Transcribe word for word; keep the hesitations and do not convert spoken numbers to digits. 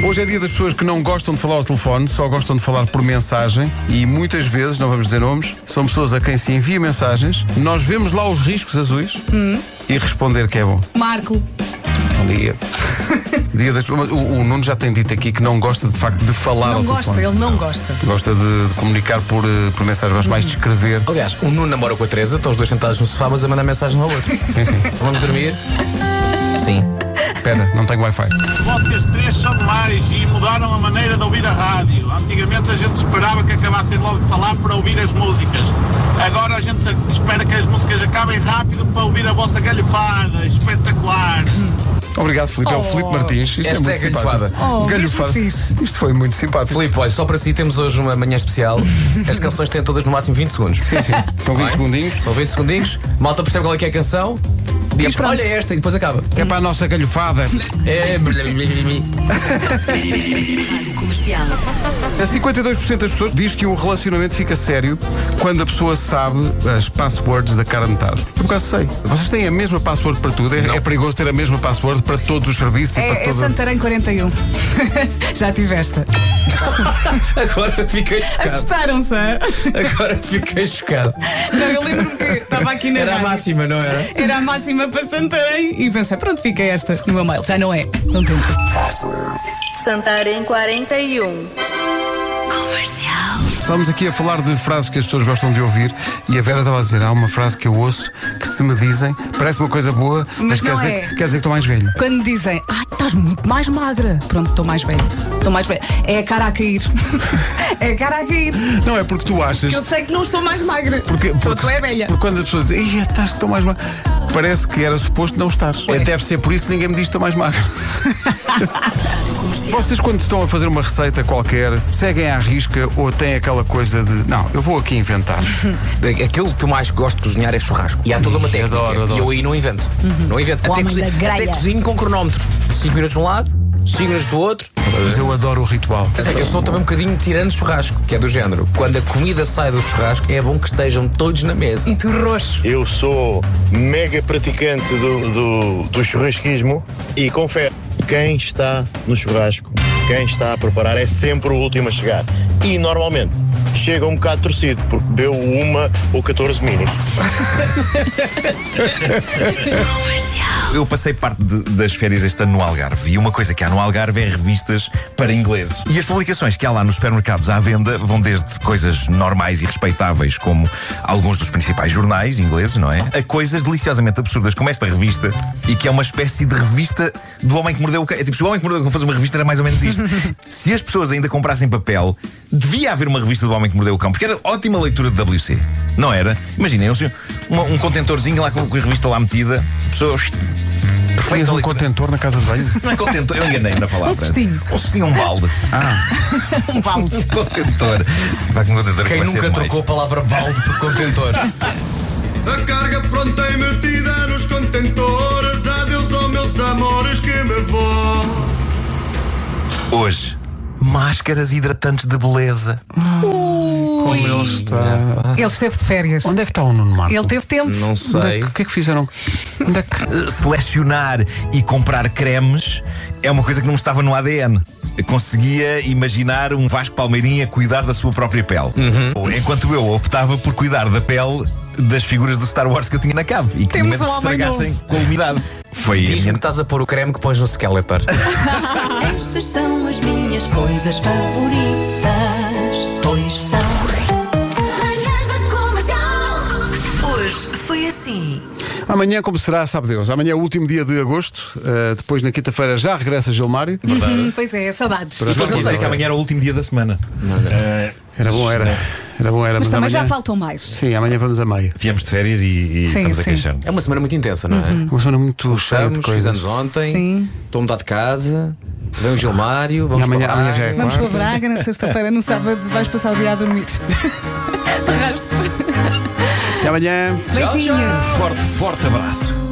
Hoje é dia das pessoas que não gostam de falar ao telefone, só gostam de falar por mensagem. E muitas vezes, não vamos dizer nomes, são pessoas a quem se envia mensagens. Nós vemos lá os riscos azuis hum. e responder que é bom. Marco. Bom dia. Dia das... o, o Nuno já tem dito aqui que não gosta de facto de falar não ao gosta, telefone. Ele não gosta. Gosta de, de comunicar por, por mensagem, gosta hum. mais de escrever. Aliás, o Nuno namora com a Teresa, estão os dois sentados no sofá, mas a mandar mensagem um ao outro. Sim, sim. Vamos dormir? Sim. Espera, não tenho Wi-Fi. Vocês três são demais e mudaram a maneira de ouvir a rádio. Antigamente a gente esperava que acabassem logo de falar para ouvir as músicas. Agora a gente espera que as músicas acabem rápido para ouvir a vossa galhofada. Espetacular. Obrigado, Filipe. É o Filipe Martins. Isto Esta é, é muito galhofada. Oh, galhofada. Isto, Isto foi muito simpático. Filipe, olha, só para si temos hoje uma manhã especial. As canções têm todas no máximo vinte segundos. Sim, sim. São vinte segundinhos. São vinte segundinhos. Malta percebe qual é que é a canção. Diz, olha esta e depois acaba. Que é para a nossa galhofada. É. A cinquenta e dois por cento das pessoas diz que um relacionamento fica sério quando a pessoa sabe as passwords da cara de metade. Eu por acaso sei. Vocês têm a mesma password para tudo? É, é perigoso ter a mesma password para todos os serviços é, e para é toda... Santarém quarenta e um. Já tive esta. Agora fiquei chocado. Assustaram-se. Agora fiquei chocado. Não, eu lembro-me que estava aqui na Era rádio. a máxima, não era? Era a máxima para Santarém e pensei, pronto, fica esta no meu mail. Já não é. Não tento. Santarém quarenta e um. Comercial. Estávamos aqui a falar de frases que as pessoas gostam de ouvir e a Vera estava a dizer, há uma frase que eu ouço que se me dizem, parece uma coisa boa, mas, Mas quer, não dizer, é. quer dizer que estou mais velho. Quando me dizem, ah, estás muito mais magra. Pronto, estou mais velho. Estou mais velho. É a cara a cair. É a cara a cair. Não é porque tu achas... Que eu sei que não estou mais magra. Porque, Então porque, tu é velha. porque quando as pessoas dizem, "Ih, estás que estou mais magra", parece que era suposto não estar. É, deve ser por isso que ninguém me diz que estou mais magro. Vocês, quando estão a fazer uma receita qualquer, seguem à risca ou têm aquela coisa de não, eu vou aqui inventar? Aquilo que eu mais gosto de cozinhar é churrasco. E há toda uma técnica. Adoro, adoro. E eu aí não invento. Uhum. Não invento. O Até, homem cozi da grelha. até cozinho com cronómetro. cinco minutos de um lado, cinco minutos do outro. Mas eu adoro o ritual. Mas é que eu sou também um bocadinho tirando churrasco, que é do género. Quando a comida sai do churrasco, é bom que estejam todos na mesa. E tu roxo. Eu sou mega praticante do, do, do churrasquismo e confesso, quem está no churrasco, quem está a preparar é sempre o último a chegar. E normalmente chega um bocado torcido, porque bebeu uma ou catorze minis. Eu passei parte de, das férias este ano no Algarve e uma coisa que há no Algarve é revistas para ingleses. E as publicações que há lá nos supermercados à venda vão desde coisas normais e respeitáveis, como alguns dos principais jornais ingleses, não é? A coisas deliciosamente absurdas, como esta revista, e que é uma espécie de revista do Homem que Mordeu o Cão. É tipo, se o Homem que Mordeu o Cão fosse uma revista, era mais ou menos isto. Se as pessoas ainda comprassem papel, devia haver uma revista do Homem que Mordeu o Cão, porque era ótima leitura de W C, não era? Imaginem, um, um contentorzinho lá com a revista lá metida, pessoas... Tens um contentor na casa de banho? Não é contentor, eu enganei na palavra. Um cestinho. Um cestinho, um balde. Ah. Um balde. Um contentor. Sim, vai com um contentor. Quem nunca trocou a palavra balde por contentor? A carga pronta e metida nos contentores. Adeus aos meus amores que me vou. Hoje, máscaras hidratantes de beleza. Como ele está. Ele esteve de férias. Onde é que está o Nuno Marco? Ele teve tempo. Não Onde é sei. que- O que é que fizeram? Onde é que... Uh, Selecionar e comprar cremes é uma coisa que não estava no A D N. Eu conseguia imaginar um Vasco Palmeirinho a cuidar da sua própria pele. Uhum. Enquanto eu optava por cuidar da pele das figuras do Star Wars que eu tinha na cave e que Temos medo que um se homem estragassem novo. com a umidade. Foi a Diz-me minha... que estás a pôr o creme que pões no Skeletor. Estas são as minhas coisas favoritas. Pois são. Manhãs da Comercial. Hoje foi assim. Amanhã, como será, sabe Deus. Amanhã é o último dia de agosto. uh, Depois, na quinta-feira, já regressa Gilmário. Hum, pois é, saudades. Mas não sei que amanhã era o último dia da semana. Uh, Era bom, era. Era bom, era. Mas também amanhã... já faltam mais. Sim, amanhã vamos a meio. Viemos de férias e, e Sim, estamos a sim. queixar-nos. É uma semana muito intensa, não é? Uma semana muito cheia de Estamos, coisas. fizemos ontem, Sim. estou a mudar de casa, vem o Gilmário, vamos E amanhã- para amanhã já é Vamos quarta. para Braga na sexta-feira, no sábado vais passar o dia a dormir. De restos. Até amanhã. Beijinhos. Forte, forte abraço.